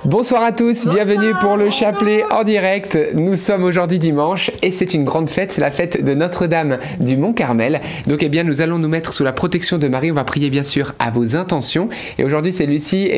Bonsoir à tous, bienvenue pour le chapelet en direct. Nous sommes aujourd'hui dimanche et c'est une grande fête, la fête de Notre-Dame du Mont-Carmel. Donc nous allons nous mettre sous la protection de Marie. On va prier bien sûr à vos intentions. Et aujourd'hui c'est Lucie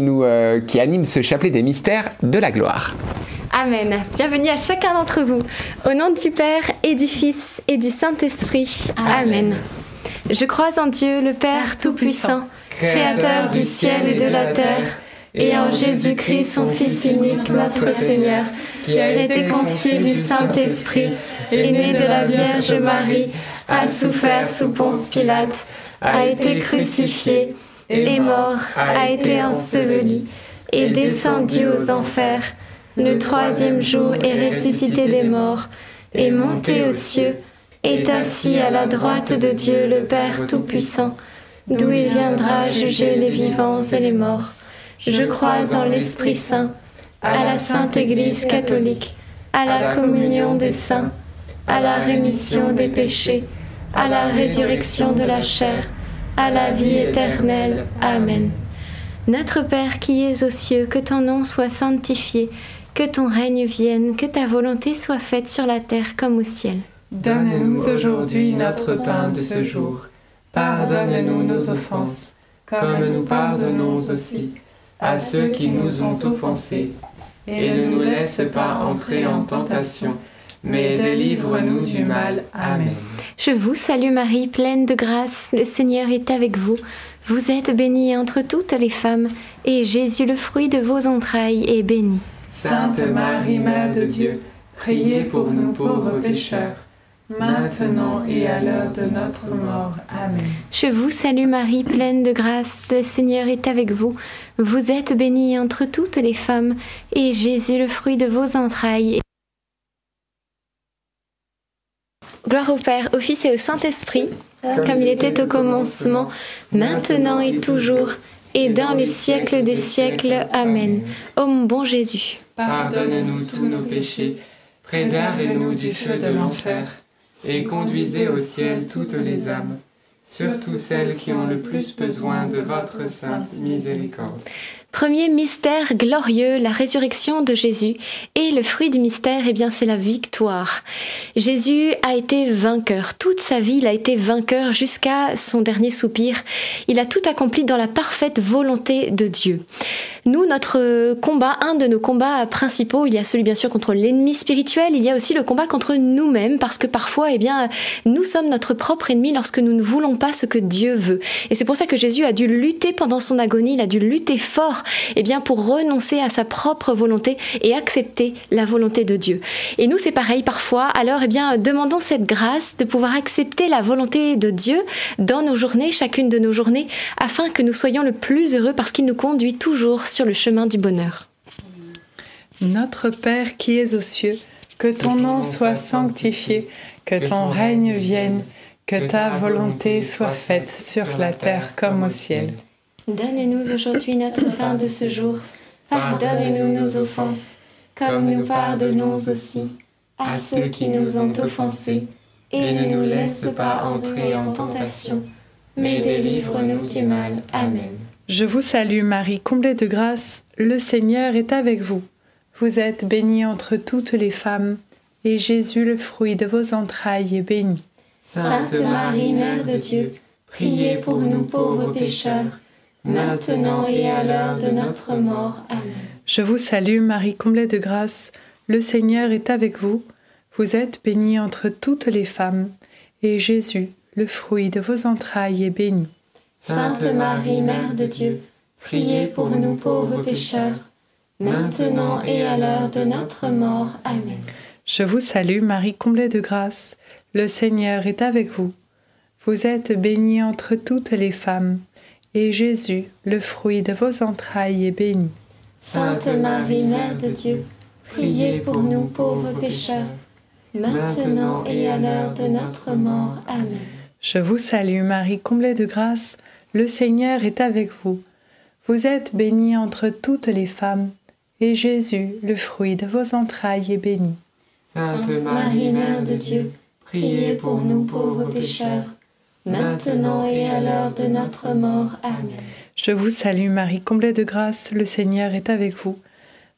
qui anime ce chapelet des mystères de la gloire. Amen. Bienvenue à chacun d'entre vous. Au nom du Père et du Fils et du Saint-Esprit. Amen. Je crois en Dieu, le Père Tout-Puissant, Créateur du ciel et de la terre, et en Jésus-Christ, son Fils unique, notre Seigneur, qui a été conçu du Saint-Esprit, est né de la Vierge Marie, a souffert sous Ponce Pilate, a été crucifié, est mort, a été enseveli, est descendu aux enfers. Le troisième jour est ressuscité des morts, est monté aux cieux, est assis à la droite de Dieu le Père Tout-Puissant, d'où il viendra juger les vivants et les morts. Je crois en l'Esprit Saint, à la Sainte Église catholique, à la communion des saints, à la rémission des péchés, à la résurrection de la chair, à la vie éternelle. Amen. Notre Père qui es aux cieux, que ton nom soit sanctifié, que ton règne vienne, que ta volonté soit faite sur la terre comme au ciel. Donne-nous aujourd'hui notre pain de ce jour. Pardonne-nous nos offenses, comme nous pardonnons aussi à ceux qui nous ont offensés. Et ne nous laisse pas entrer en tentation, mais délivre-nous du mal. Amen. Je vous salue Marie, pleine de grâce, le Seigneur est avec vous. Vous êtes bénie entre toutes les femmes, et Jésus, le fruit de vos entrailles, est béni. Sainte Marie, Mère de Dieu, priez pour nous pauvres pécheurs, maintenant et à l'heure de notre mort. Amen. Je vous salue Marie, pleine de grâce, le Seigneur est avec vous. Vous êtes bénie entre toutes les femmes, et Jésus, le fruit de vos entrailles. Gloire au Père, au Fils et au Saint-Esprit, comme il était au commencement, maintenant et toujours, et dans les siècles des siècles. Amen. Ô mon bon Jésus, pardonne-nous tous nos péchés, préservez-nous du feu de l'enfer, et conduisez au ciel toutes les âmes, surtout celles qui ont le plus besoin de votre sainte miséricorde. Premier mystère glorieux, la résurrection de Jésus. Et le fruit du mystère, c'est la victoire. Jésus a été vainqueur. Toute sa vie, il a été vainqueur jusqu'à son dernier soupir. Il a tout accompli dans la parfaite volonté de Dieu. Nous, notre combat, un de nos combats principaux, il y a celui bien sûr contre l'ennemi spirituel, il y a aussi le combat contre nous-mêmes, parce que parfois, nous sommes notre propre ennemi lorsque nous ne voulons pas ce que Dieu veut. Et c'est pour ça que Jésus a dû lutter pendant son agonie, il a dû lutter fort, pour renoncer à sa propre volonté et accepter la volonté de Dieu. Et nous, c'est pareil parfois. Alors, demandons cette grâce de pouvoir accepter la volonté de Dieu dans nos journées, chacune de nos journées, afin que nous soyons le plus heureux parce qu'il nous conduit toujours sur le chemin du bonheur. Notre Père qui es aux cieux, que ton nom soit sanctifié, que ton règne vienne, que ta volonté soit faite sur la terre comme au ciel. Donne-nous aujourd'hui notre pain de ce jour. Pardonne-nous nos offenses, comme nous pardonnons aussi à ceux qui nous ont offensés. Et ne nous laisse pas entrer en tentation, mais délivre-nous du mal. Amen. Je vous salue Marie, comblée de grâce, le Seigneur est avec vous. Vous êtes bénie entre toutes les femmes, et Jésus, le fruit de vos entrailles, est béni. Sainte Marie, Mère de Dieu, priez pour nous pauvres pécheurs, maintenant et à l'heure de notre mort. Amen. Je vous salue Marie, comblée de grâce, le Seigneur est avec vous. Vous êtes bénie entre toutes les femmes, et Jésus, le fruit de vos entrailles, est béni. Sainte Marie, Mère de Dieu, priez pour nous pauvres pécheurs, maintenant et à l'heure de notre mort. Amen. Je vous salue Marie, comblée de grâce, le Seigneur est avec vous. Vous êtes bénie entre toutes les femmes, et Jésus, le fruit de vos entrailles, est béni. Sainte Marie, Mère de Dieu, priez pour nous pauvres pécheurs, maintenant et à l'heure de notre mort. Amen. Je vous salue Marie, comblée de grâce, le Seigneur est avec vous. Vous êtes bénie entre toutes les femmes, et Jésus, le fruit de vos entrailles, est béni. Sainte Marie, Mère de Dieu, priez pour nous pauvres pécheurs, maintenant et à l'heure de notre mort. Amen. Je vous salue Marie, comblée de grâce, le Seigneur est avec vous.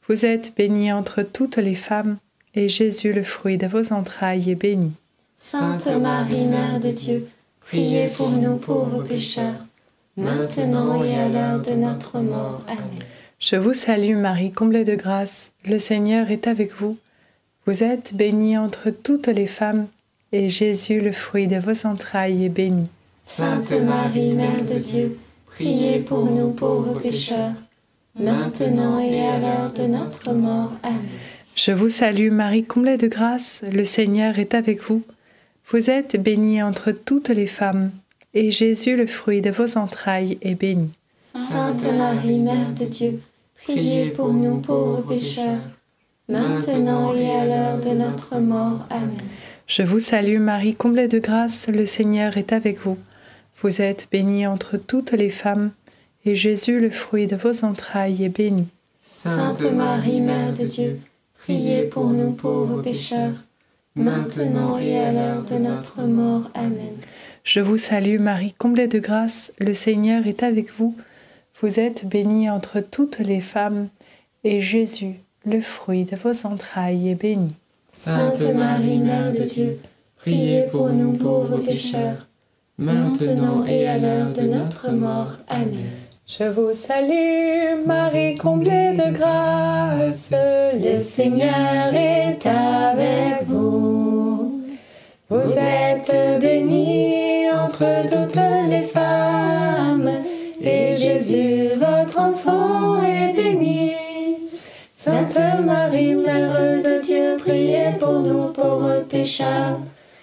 Vous êtes bénie entre toutes les femmes, et Jésus, le fruit de vos entrailles, est béni. Sainte Marie, Mère de Dieu, priez pour nous pauvres pécheurs, maintenant et à l'heure de notre mort. Amen. Je vous salue Marie, comblée de grâce, le Seigneur est avec vous. Vous êtes bénie entre toutes les femmes, et Jésus, le fruit de vos entrailles, est béni. Sainte Marie, Mère de Dieu, priez pour nous pauvres pécheurs, maintenant et à l'heure de notre mort. Amen. Je vous salue Marie, comblée de grâce, le Seigneur est avec vous. Vous êtes bénie entre toutes les femmes, et Jésus, le fruit de vos entrailles, est béni. Sainte Marie, Mère de Dieu, priez pour nous pauvres pécheurs, maintenant et à l'heure de notre mort. Amen. Je vous salue Marie, comblée de grâce, le Seigneur est avec vous. Vous êtes bénie entre toutes les femmes, et Jésus, le fruit de vos entrailles, est béni. Sainte Marie, Mère de Dieu, priez pour nous pauvres pécheurs, maintenant et à l'heure de notre mort. Amen. Je vous salue Marie, comblée de grâce, le Seigneur est avec vous. Vous êtes bénie entre toutes les femmes, et Jésus, le fruit de vos entrailles, est béni. Sainte Marie, Mère de Dieu, priez pour nous pauvres pécheurs, maintenant et à l'heure de notre mort. Amen. Je vous salue Marie, comblée de grâce, Le Seigneur est avec vous. Vous êtes bénie entre toutes les femmes, et Jésus, votre enfant, est béni. Sainte Marie, Mère de Dieu, priez pour nous pauvres pécheurs,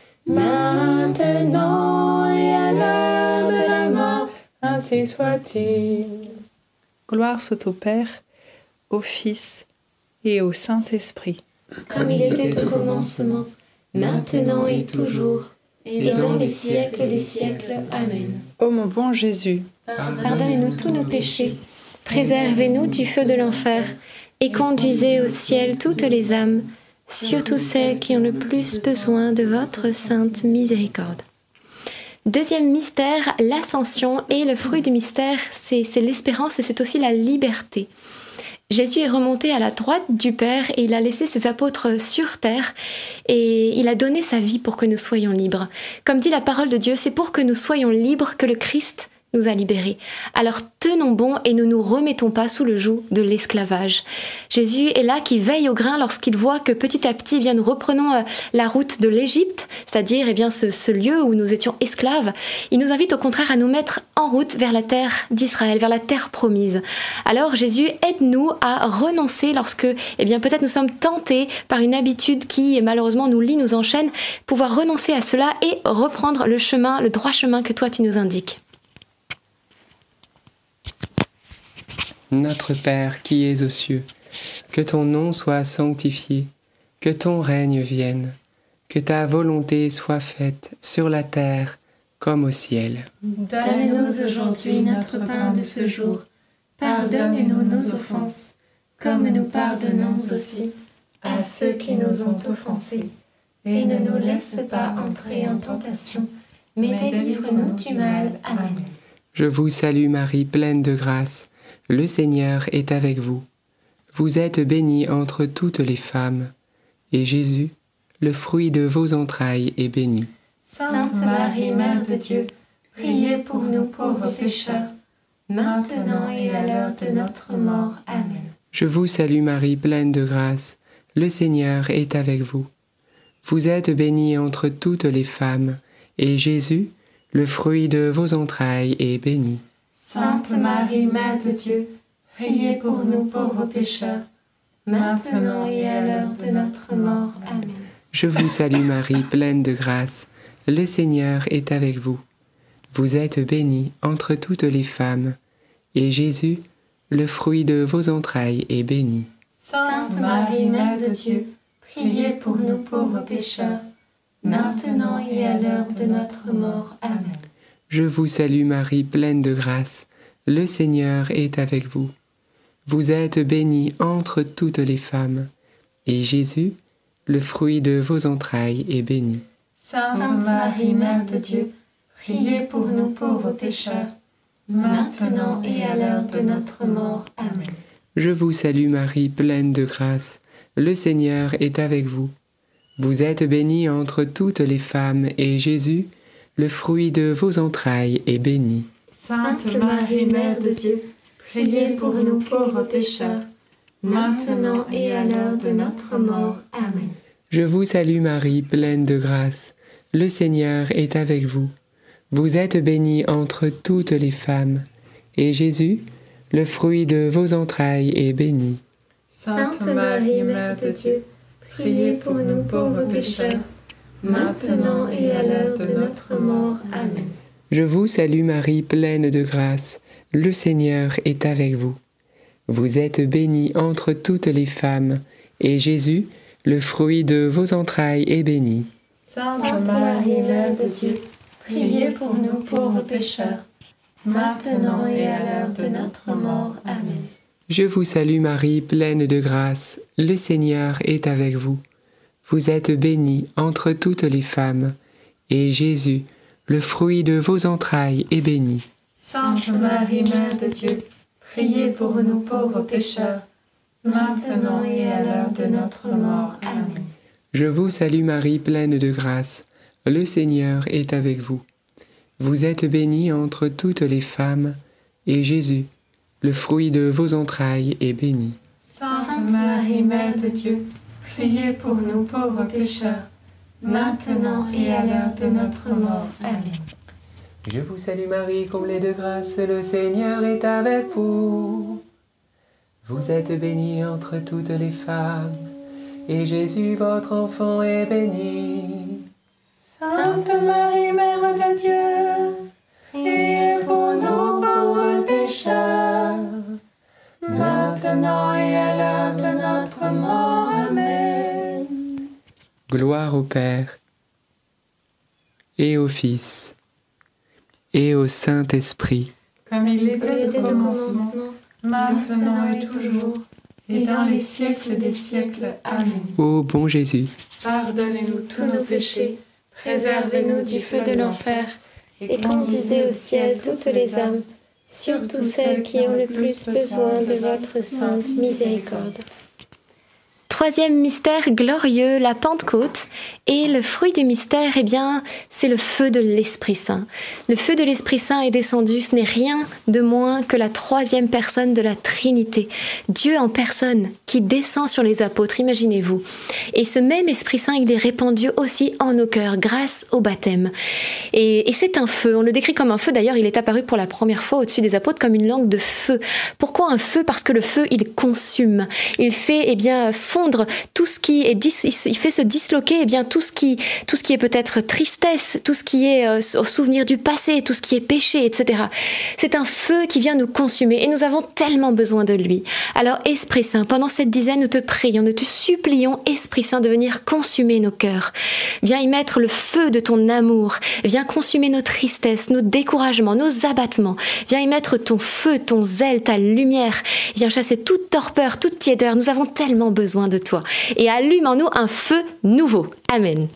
maintenant et à l'heure de la mort. ainsi soit-il. Gloire soit au Père, au Fils et au Saint-Esprit. Comme il était au commencement, maintenant et toujours, et dans les siècles des siècles. Amen. Ô mon bon Jésus, Pardonnez-nous tous nos péchés, préservez-nous du feu de l'enfer, et conduisez au ciel toutes les âmes, surtout celles qui ont le plus besoin de votre sainte miséricorde. Deuxième mystère, l'ascension, et le fruit du mystère, c'est l'espérance et c'est aussi la liberté. Jésus est remonté à la droite du Père et il a laissé ses apôtres sur terre et il a donné sa vie pour que nous soyons libres. Comme dit la parole de Dieu, c'est pour que nous soyons libres que le Christ nous a libérés. Alors tenons bon et ne nous remettons pas sous le joug de l'esclavage. Jésus est là qui veille au grain lorsqu'il voit que petit à petit, nous reprenons la route de l'Égypte, c'est-à-dire ce lieu où nous étions esclaves. Il nous invite au contraire à nous mettre en route vers la terre d'Israël, vers la terre promise. Alors Jésus, aide-nous à renoncer lorsque peut-être nous sommes tentés par une habitude qui malheureusement nous lie, nous enchaîne, pouvoir renoncer à cela et reprendre le chemin, le droit chemin que toi tu nous indiques. Notre Père qui es aux cieux, que ton nom soit sanctifié, que ton règne vienne, que ta volonté soit faite sur la terre comme au ciel. Donne-nous aujourd'hui notre pain de ce jour. Pardonne-nous nos offenses, comme nous pardonnons aussi à ceux qui nous ont offensés. Et ne nous laisse pas entrer en tentation, mais délivre-nous du mal. Amen. Je vous salue Marie, pleine de grâce. Le Seigneur est avec vous. Vous êtes bénie entre toutes les femmes, et Jésus, le fruit de vos entrailles, est béni. Sainte Marie, Mère de Dieu, priez pour nous pauvres pécheurs, maintenant et à l'heure de notre mort. Amen. Je vous salue Marie, pleine de grâce. Le Seigneur est avec vous. Vous êtes bénie entre toutes les femmes, et Jésus, le fruit de vos entrailles, est béni. Sainte Marie, Mère de Dieu, priez pour nous pauvres pécheurs, maintenant et à l'heure de notre mort. Amen. Je vous salue Marie, pleine de grâce. Le Seigneur est avec vous. Vous êtes bénie entre toutes les femmes, et Jésus, le fruit de vos entrailles, est béni. Sainte Marie, Mère de Dieu, priez pour nous pauvres pécheurs, maintenant et à l'heure de notre mort. Amen. Je vous salue Marie, pleine de grâce. Le Seigneur est avec vous. Vous êtes bénie entre toutes les femmes, et Jésus, le fruit de vos entrailles, est béni. Sainte Marie, Mère de Dieu, priez pour nous pauvres pécheurs, maintenant et à l'heure de notre mort. Amen. Je vous salue Marie, pleine de grâce. Le Seigneur est avec vous. Vous êtes bénie entre toutes les femmes, et Jésus, le fruit de vos entrailles, est béni. Sainte Marie, Mère de Dieu, priez pour nous pauvres pécheurs, maintenant et à l'heure de notre mort. Amen. Je vous salue Marie, pleine de grâce. Le Seigneur est avec vous. Vous êtes bénie entre toutes les femmes, et Jésus, le fruit de vos entrailles, est béni. Sainte Marie, Mère de Dieu, priez pour nous pauvres pécheurs, maintenant et à l'heure de notre mort. Amen. Je vous salue Marie, pleine de grâce. Le Seigneur est avec vous. Vous êtes bénie entre toutes les femmes, et Jésus, le fruit de vos entrailles, est béni. Sainte Marie, Mère de Dieu, priez pour nous pauvres pécheurs, maintenant et à l'heure de notre mort. Amen. Je vous salue Marie, pleine de grâce. Le Seigneur est avec vous. Vous êtes bénie entre toutes les femmes, et Jésus, le fruit de vos entrailles, est béni. Sainte Marie, Mère de Dieu, priez pour nous pauvres pécheurs, maintenant et à l'heure de notre mort. Amen. Je vous salue Marie, pleine de grâce. Le Seigneur est avec vous. Vous êtes bénie entre toutes les femmes, et Jésus, le fruit de vos entrailles, est béni. Sainte Marie, Mère de Dieu, priez pour nous pauvres pécheurs, maintenant et à l'heure de notre mort. Amen. Je vous salue Marie, comblée de grâce, le Seigneur est avec vous. Vous êtes bénie entre toutes les femmes, et Jésus, votre enfant, est béni. Sainte Marie, Mère de Dieu, priez pour nous pauvres pécheurs, maintenant et à l'heure de notre mort. Amen. Gloire au Père, et au Fils, et au Saint-Esprit. Comme il était au commencement, maintenant et toujours, et dans les siècles des siècles. Amen. Ô bon Jésus, Pardonnez-nous tous nos péchés, préservez-nous du feu de l'enfer, et conduisez au ciel toutes les âmes, surtout celles qui ont le plus besoin de votre sainte miséricorde. Troisième mystère glorieux, la Pentecôte. Et le fruit du mystère, eh bien, c'est le feu de l'Esprit Saint. Le feu de l'Esprit Saint est descendu, ce n'est rien de moins que la troisième personne de la Trinité. Dieu en personne qui descend sur les apôtres, imaginez-vous. Et ce même Esprit Saint, il est répandu aussi en nos cœurs grâce au baptême. Et c'est un feu, on le décrit comme un feu. D'ailleurs, il est apparu pour la première fois au-dessus des apôtres comme une langue de feu. Pourquoi un feu ? Parce que le feu, il consume. Il fait, eh bien, fondre tout ce qui est, il fait se disloquer, eh bien, tout ce qui est peut-être tristesse, tout ce qui est souvenir du passé, tout ce qui est péché, etc. C'est un feu qui vient nous consumer et nous avons tellement besoin de lui. Alors, Esprit Saint, pendant cette dizaine, nous te prions, nous te supplions, Esprit Saint, de venir consumer nos cœurs. Viens y mettre le feu de ton amour. Viens consumer nos tristesses, nos découragements, nos abattements. Viens y mettre ton feu, ton zèle, ta lumière. Viens chasser toute torpeur, toute tiédeur. Nous avons tellement besoin de toi. Et allume en nous un feu nouveau. Amen.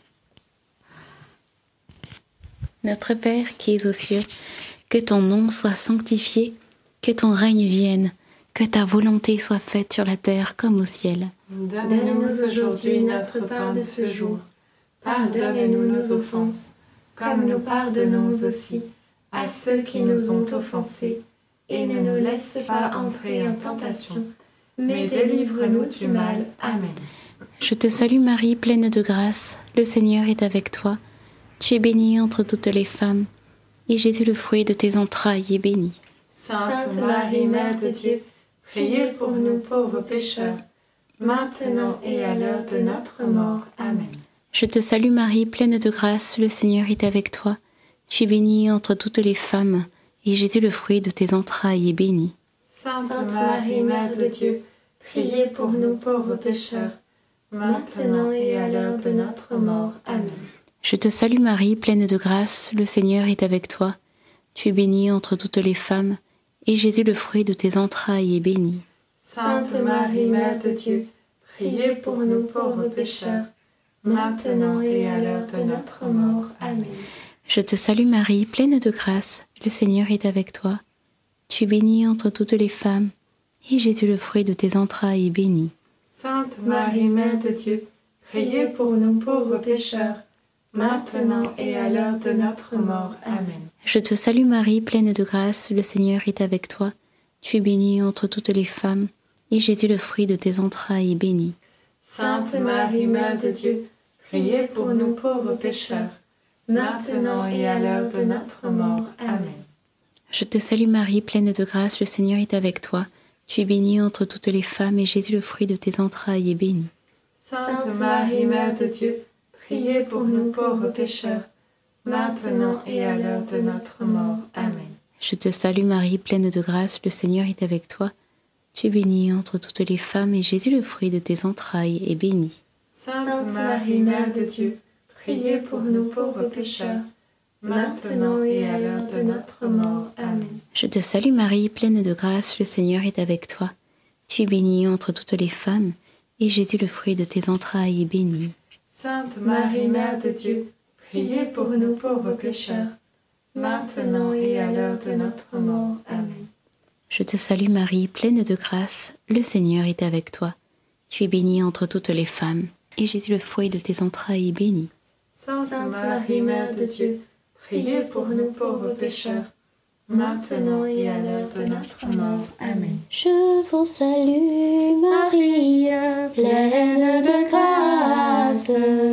Notre Père qui es aux cieux, que ton nom soit sanctifié, que ton règne vienne, que ta volonté soit faite sur la terre comme au ciel. Donne-nous aujourd'hui notre pain de ce jour. Pardonne-nous nos offenses, comme nous pardonnons aussi à ceux qui nous ont offensés. Et ne nous laisse pas entrer en tentation, mais délivre-nous du mal. Amen. Je te salue Marie, pleine de grâce, le Seigneur est avec toi. Tu es bénie entre toutes les femmes, et Jésus, le fruit de tes entrailles, est béni. Sainte Marie, Mère de Dieu, priez pour nous pauvres pécheurs, maintenant et à l'heure de notre mort. Amen. Je te salue Marie, pleine de grâce, le Seigneur est avec toi. Tu es bénie entre toutes les femmes, et Jésus, le fruit de tes entrailles, est béni. Sainte Marie, Mère de Dieu, priez pour nous pauvres pécheurs, maintenant et à l'heure de notre mort. Amen. Je te salue Marie, pleine de grâce, le Seigneur est avec toi. Tu es bénie entre toutes les femmes, et Jésus, le fruit de tes entrailles, est béni. Sainte Marie, Mère de Dieu, priez pour nous pauvres pécheurs, maintenant et à l'heure de notre mort. Amen. Je te salue Marie, pleine de grâce, le Seigneur est avec toi. Tu es bénie entre toutes les femmes, et Jésus, le fruit de tes entrailles, est béni. Sainte Marie, Mère de Dieu, priez pour nous pauvres pécheurs, maintenant et à l'heure de notre mort. Amen. Je te salue Marie, pleine de grâce, le Seigneur est avec toi. Tu es bénie entre toutes les femmes, et Jésus, le fruit de tes entrailles, est béni. Sainte Marie, Mère de Dieu, priez pour nous pauvres pécheurs, maintenant et à l'heure de notre mort. Amen. Je te salue Marie, pleine de grâce, le Seigneur est avec toi. Tu es bénie entre toutes les femmes, et Jésus, le fruit de tes entrailles, est béni. Sainte Marie, Mère de Dieu, priez pour nous pauvres pécheurs, maintenant et à l'heure de notre mort. Amen. Je te salue Marie, pleine de grâce, le Seigneur est avec toi. Tu es bénie entre toutes les femmes, et Jésus, le fruit de tes entrailles, est béni. Sainte Marie, Mère de Dieu, priez pour nous pauvres pécheurs, maintenant et à l'heure de notre mort. Amen. Je te salue Marie, pleine de grâce, le Seigneur est avec toi. Tu es bénie entre toutes les femmes, et Jésus, le fruit de tes entrailles, est béni. Sainte Marie, Mère de Dieu, priez pour nous pauvres pécheurs, maintenant et à l'heure de notre mort. Amen. Je te salue Marie, pleine de grâce, le Seigneur est avec toi. Tu es bénie entre toutes les femmes, et Jésus, le fruit de tes entrailles, est béni. Sainte Marie, Mère de Dieu, priez pour nous pauvres pécheurs, maintenant et à l'heure de notre mort. Amen. Je vous salue Marie, pleine de grâce,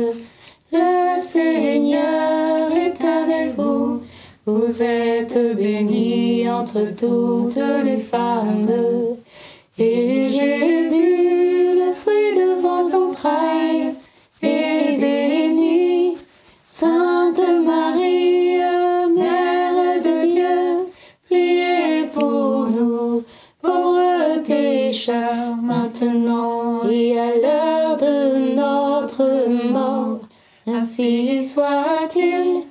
le Seigneur est avec vous. Vous êtes bénie entre toutes les femmes, et Jésus, le fruit de vos entrailles, est béni. Sainte Marie, Mère de Dieu, priez pour nous, pauvres pécheurs, maintenant et à l'heure de notre mort. Ainsi soit-il.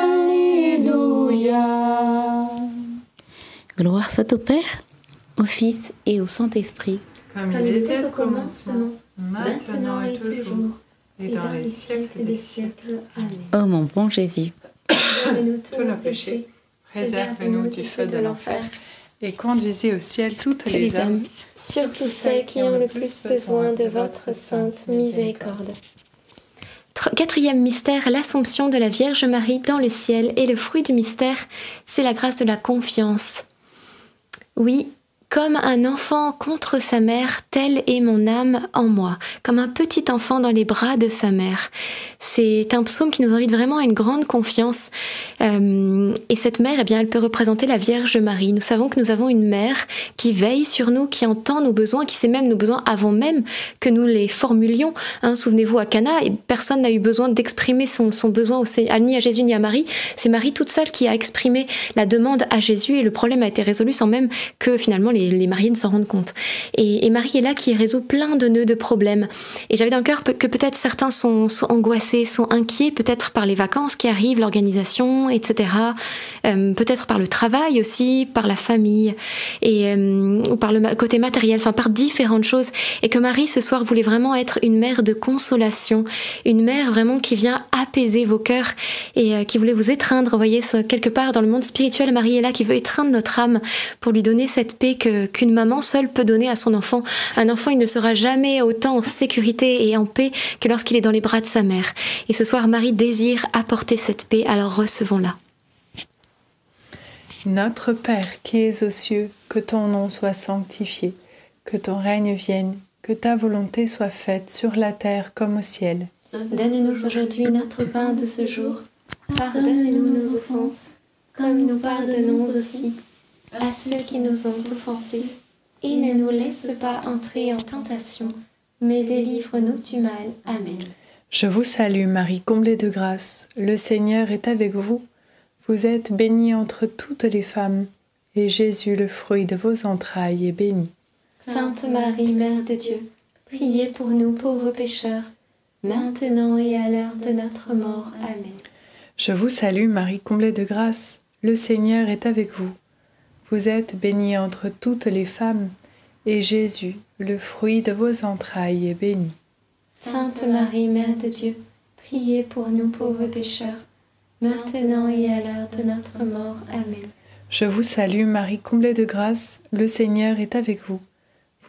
Alléluia. Gloire soit au Père, au Fils et au Saint-Esprit. Comme il était au commencement, maintenant et toujours, et dans les siècles des siècles. Amen. Ô mon bon Jésus, Pardonnez-nous Tous nos péchés, préserve-nous du feu de l'enfer, Et conduisez au ciel toutes tous les les âmes, hommes, surtout ceux qui ont le plus besoin de votre sainte miséricorde. Quatrième mystère, l'Assomption de la Vierge Marie dans le ciel. Et le fruit du mystère, c'est la grâce de la confiance. Oui, comme un enfant contre sa mère, telle est mon âme en moi, comme un petit enfant dans les bras de sa mère. C'est un psaume qui nous invite vraiment à une grande confiance. Et cette mère, eh bien, elle peut représenter la Vierge Marie. Nous savons que nous avons une mère qui veille sur nous, qui entend nos besoins, qui sait même nos besoins avant même que nous les formulions. Souvenez-vous, à Cana, personne n'a eu besoin d'exprimer son besoin ni à Jésus ni à Marie. C'est Marie toute seule qui a exprimé la demande à Jésus et le problème a été résolu sans même que finalement les mariés ne s'en rendent compte. Et Marie est là qui résout plein de nœuds de problèmes. Et j'avais dans le cœur que peut-être certains sont angoissés, sont inquiets, peut-être par les vacances qui arrivent, l'organisation, etc. Peut-être par le travail aussi, par la famille, ou par le côté matériel, enfin par différentes choses. Et que Marie, ce soir, voulait vraiment être une mère de consolation, une mère vraiment qui vient apaiser vos cœurs et qui voulait vous étreindre. Vous voyez, quelque part dans le monde spirituel, Marie est là qui veut étreindre notre âme pour lui donner cette paix qu'une maman seule peut donner à son enfant. Un enfant, il ne sera jamais autant en sécurité et en paix que lorsqu'il est dans les bras de sa mère. Et ce soir, Marie désire apporter cette paix, alors recevons-la. Notre Père qui es aux cieux, que ton nom soit sanctifié, que ton règne vienne, que ta volonté soit faite sur la terre comme au ciel. Donne-nous aujourd'hui notre pain de ce jour. Pardonne-nous nos offenses, comme nous pardonnons aussi à ceux qui nous ont offensés. Et ne nous laisse pas entrer en tentation, mais délivre-nous du mal. Amen. Je vous salue Marie, comblée de grâce, le Seigneur est avec vous. Vous êtes bénie entre toutes les femmes, et Jésus, le fruit de vos entrailles, est béni. Sainte Marie, Mère de Dieu, priez pour nous pauvres pécheurs, maintenant et à l'heure de notre mort. Amen. Je vous salue Marie, comblée de grâce, le Seigneur est avec vous. Vous êtes bénie entre toutes les femmes, et Jésus, le fruit de vos entrailles, est béni. Sainte Marie, Mère de Dieu, priez pour nous pauvres pécheurs, maintenant et à l'heure de notre mort. Amen. Je vous salue Marie, comblée de grâce, le Seigneur est avec vous.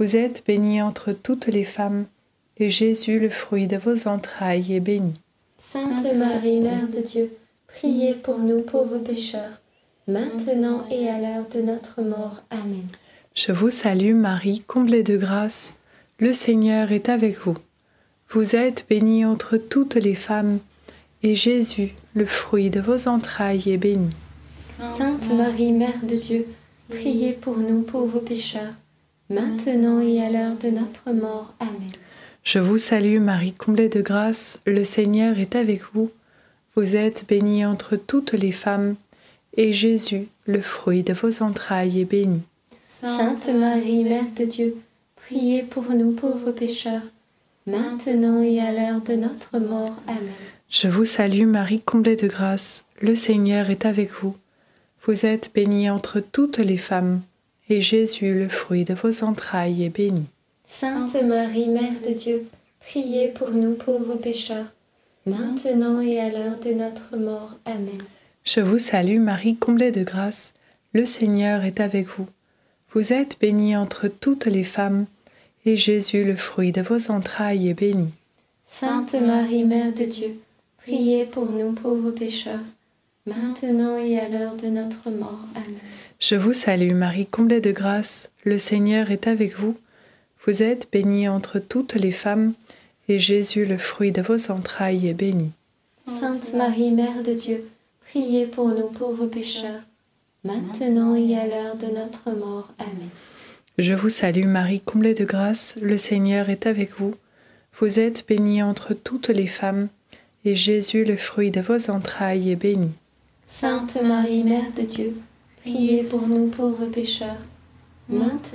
Vous êtes bénie entre toutes les femmes, et Jésus, le fruit de vos entrailles, est béni. Sainte Marie, Mère de Dieu, priez pour nous pauvres pécheurs, maintenant et à l'heure de notre mort. Amen. Je vous salue Marie, comblée de grâce, le Seigneur est avec vous. Vous êtes bénie entre toutes les femmes, et Jésus, le fruit de vos entrailles, est béni. Sainte Marie, Mère de Dieu, priez pour nous pauvres pécheurs, maintenant et à l'heure de notre mort. Amen. Je vous salue Marie, comblée de grâce, le Seigneur est avec vous. Vous êtes bénie entre toutes les femmes, et Jésus, le fruit de vos entrailles, est béni. Sainte Marie, Mère de Dieu, priez pour nous pauvres pécheurs, maintenant et à l'heure de notre mort. Amen. Je vous salue Marie, comblée de grâce, le Seigneur est avec vous. Vous êtes bénie entre toutes les femmes, et Jésus, le fruit de vos entrailles, est béni. Sainte Marie, Mère de Dieu, priez pour nous pauvres pécheurs, maintenant et à l'heure de notre mort. Amen. Je vous salue Marie, comblée de grâce, le Seigneur est avec vous. Vous êtes bénie entre toutes les femmes, et Jésus, le fruit de vos entrailles, est béni. Sainte Marie, Mère de Dieu, priez pour nous pauvres pécheurs, maintenant et à l'heure de notre mort. Amen. Je vous salue Marie, comblée de grâce, le Seigneur est avec vous. Vous êtes bénie entre toutes les femmes, et Jésus, le fruit de vos entrailles, est béni. Sainte Marie, Mère de Dieu, priez pour nous pauvres pécheurs, maintenant et à l'heure de notre mort. Amen. Je vous salue Marie, comblée de grâce, le Seigneur est avec vous. Vous êtes bénie entre toutes les femmes, et Jésus, le fruit de vos entrailles, est béni. Sainte Marie, Mère de Dieu, priez pour nous pauvres pécheurs, maintenant.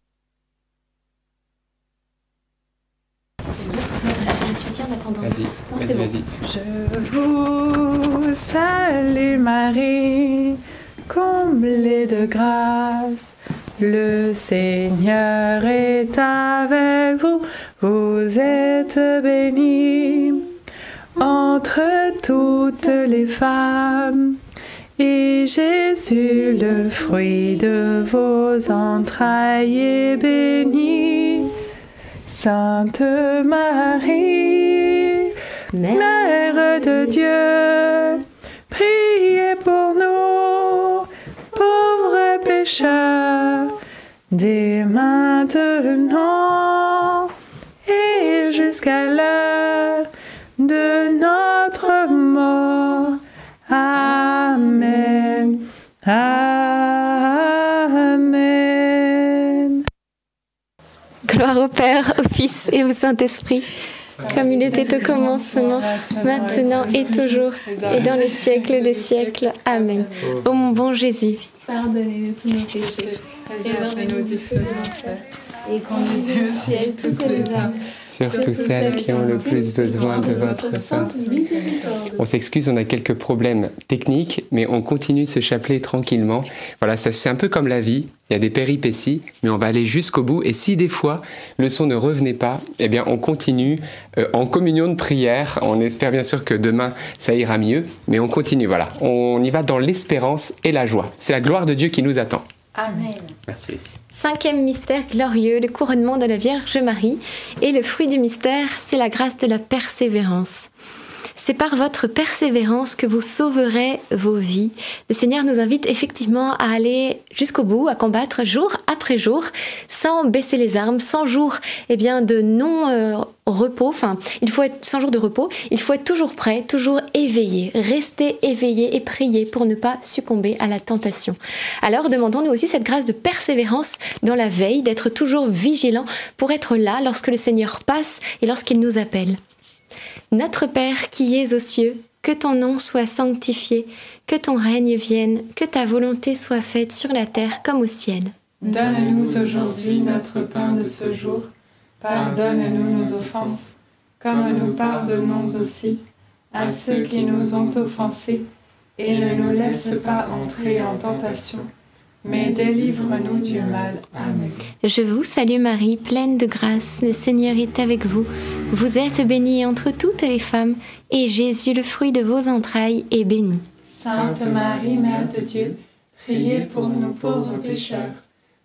Je suis sûre en attendant. Vas-y. Je vous salue Marie, comblée de grâce, le Seigneur est avec vous. Vous êtes bénie entre toutes les femmes, et Jésus, le fruit de vos entrailles, est béni. Sainte Marie, Mère de Dieu, priez pour nous, pauvres pécheurs, dès maintenant et jusqu'à l'heure de notre mort. Amen. Amen. Gloire au Père, au Fils et au Saint-Esprit, comme il était au commencement, maintenant et toujours, et dans les siècles des siècles. Amen. Ô mon bon Jésus, Pardonnez-nous tous nos péchés, préservez-nous du feu de l'enfer, et conduisez au ciel toutes les âmes, Surtout celles qui ont le plus besoin de votre sainte miséricorde. On s'excuse, on a quelques problèmes techniques, mais on continue ce chapelet tranquillement. Voilà, c'est un peu comme la vie, il y a des péripéties, mais on va aller jusqu'au bout. Et si des fois le son ne revenait pas, eh bien on continue en communion de prière. On espère bien sûr que demain ça ira mieux, mais on continue, voilà. On y va dans l'espérance et la joie. C'est la gloire de Dieu qui nous attend. Amen. Merci Lucie. 5e mystère glorieux, le couronnement de la Vierge Marie. Et le fruit du mystère, c'est la grâce de la persévérance. C'est par votre persévérance que vous sauverez vos vies. Le Seigneur nous invite effectivement à aller jusqu'au bout, à combattre jour après jour, sans baisser les armes, sans jour de non-repos. Il faut être sans jour de repos. Il faut être toujours prêt, toujours éveillé. Rester éveillé et prier pour ne pas succomber à la tentation. Alors demandons-nous aussi cette grâce de persévérance dans la veille, d'être toujours vigilant pour être là lorsque le Seigneur passe et lorsqu'il nous appelle. Notre Père qui es aux cieux, que ton nom soit sanctifié, que ton règne vienne, que ta volonté soit faite sur la terre comme au ciel. Donne-nous aujourd'hui notre pain de ce jour. Pardonne-nous nos offenses, comme nous pardonnons aussi à ceux qui nous ont offensés. Et ne nous laisse pas entrer en tentation, mais délivre-nous du mal. Amen. Je vous salue Marie, pleine de grâce, le Seigneur est avec vous. Vous êtes bénie entre toutes les femmes, et Jésus, le fruit de vos entrailles, est béni. Sainte Marie, Mère de Dieu, priez pour nous pauvres pécheurs,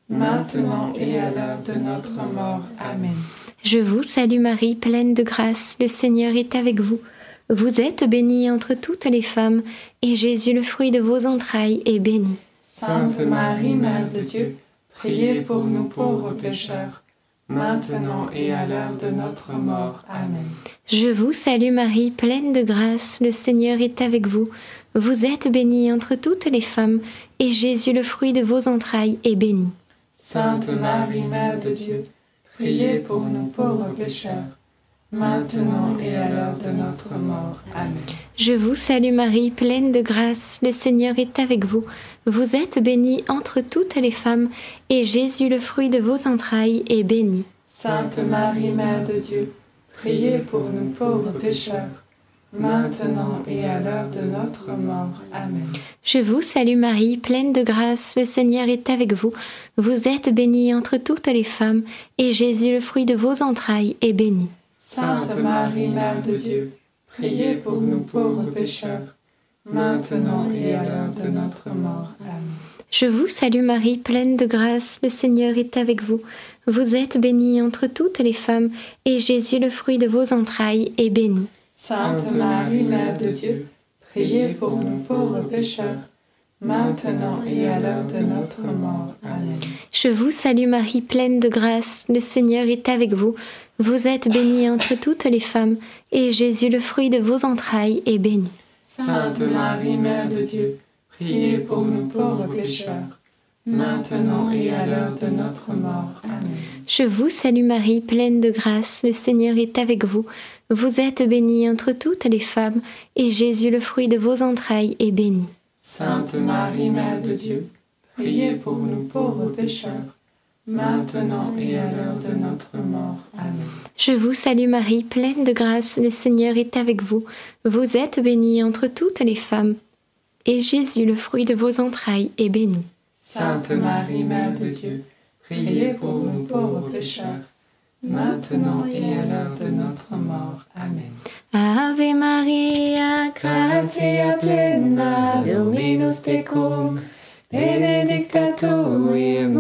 maintenant et à l'heure de notre mort. Amen. Je vous salue Marie, pleine de grâce, le Seigneur est avec vous. Vous êtes bénie entre toutes les femmes, et Jésus, le fruit de vos entrailles, est béni. Sainte Marie, Mère de Dieu, priez pour nous pauvres pécheurs, maintenant et à l'heure de notre mort. Amen. Je vous salue Marie, pleine de grâce, le Seigneur est avec vous. Vous êtes bénie entre toutes les femmes, et Jésus, le fruit de vos entrailles, est béni. Sainte Marie, Mère de Dieu, priez pour nous pauvres pécheurs, maintenant et à l'heure de notre mort. Amen. Je vous salue Marie, pleine de grâce, le Seigneur est avec vous. Vous êtes bénie entre toutes les femmes, et Jésus, le fruit de vos entrailles, est béni. Sainte Marie, Mère de Dieu, priez pour nous pauvres pécheurs, maintenant et à l'heure de notre mort. Amen. Je vous salue Marie, pleine de grâce, le Seigneur est avec vous. Vous êtes bénie entre toutes les femmes, et Jésus, le fruit de vos entrailles, est béni. Sainte Marie, Mère de Dieu, priez pour nous pauvres pécheurs, maintenant et à l'heure de notre mort. Amen. Je vous salue Marie, pleine de grâce, le Seigneur est avec vous. Vous êtes bénie entre toutes les femmes, et Jésus, le fruit de vos entrailles, est béni. Sainte Marie, Mère de Dieu, priez pour nous pauvres pécheurs, maintenant et à l'heure de notre mort. Amen. Je vous salue Marie, pleine de grâce, le Seigneur est avec vous. Vous êtes bénie entre toutes les femmes, et Jésus, le fruit de vos entrailles, est béni. Sainte Marie, Mère de Dieu, priez pour nous pauvres pécheurs, maintenant et à l'heure de notre mort. Amen. Je vous salue Marie, pleine de grâce, le Seigneur est avec vous. Vous êtes bénie entre toutes les femmes, et Jésus, le fruit de vos entrailles, est béni. Sainte Marie, Mère de Dieu, priez pour nous pauvres pécheurs, maintenant et à l'heure de notre mort. Amen. Je vous salue Marie, pleine de grâce, le Seigneur est avec vous. Vous êtes bénie entre toutes les femmes, et Jésus, le fruit de vos entrailles, est béni. Sainte Marie, Mère de Dieu, priez pour nous pauvres pécheurs, maintenant et à l'heure de notre mort. Amen. Ave Maria, Gratia plena, Dominus tecum, benedicta tu in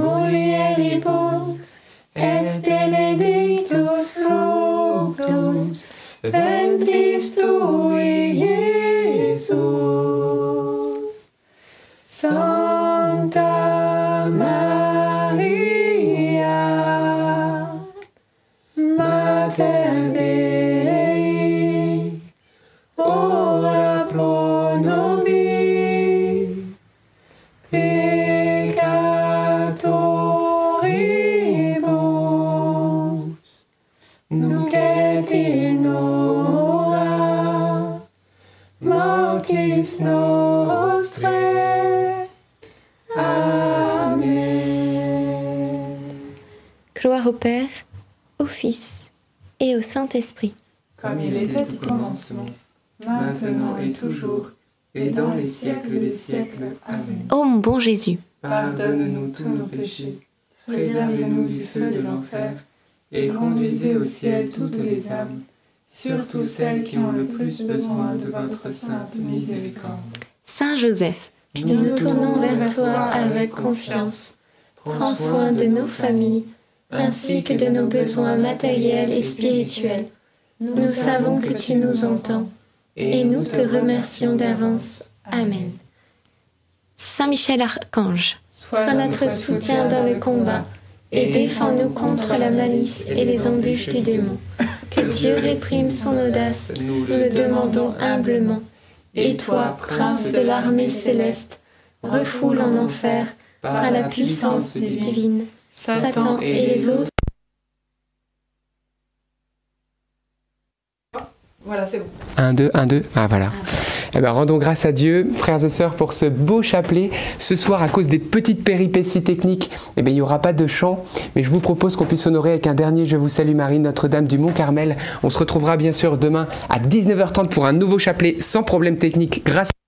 mulieribus, et benedictus fructus ventris tui, Iesus. Santa Maria, Mater Dei, ora pro nobis peccatoribus, nunc et in hora mortis nostrae. Amen. gloire au Père, au Fils et au Saint-Esprit. Comme il était au commencement, maintenant et toujours, et dans les siècles des siècles. Amen. Ô mon bon Jésus, Pardonne-nous tous nos péchés, préservez-nous du feu de l'enfer, et conduisez au ciel toutes les âmes, surtout celles qui ont le plus besoin de votre sainte miséricorde. Saint Joseph, nous nous tournons vers toi avec confiance. Prends soin de nos familles, ainsi que de nos besoins matériels et spirituels. Nous savons que tu nous entends, et nous te remercions d'avance. Amen. Saint Michel Archange, sois notre soutien dans le combat, et défends-nous contre la malice et les embûches du démon. Que Dieu réprime son audace, nous le demandons humblement. Et toi, prince de l'armée céleste, refoule en enfer, par la puissance divine, Satan et les autres. Voilà, c'est bon. 1, 2, 1, 2. Ah voilà. Eh ben, rendons grâce à Dieu, frères et sœurs, pour ce beau chapelet. Ce soir, à cause des petites péripéties techniques, eh ben, il n'y aura pas de chant, mais je vous propose qu'on puisse honorer avec un dernier Je vous salue Marie, Notre-Dame du Mont-Carmel. On se retrouvera bien sûr demain à 19h30 pour un nouveau chapelet sans problème technique grâce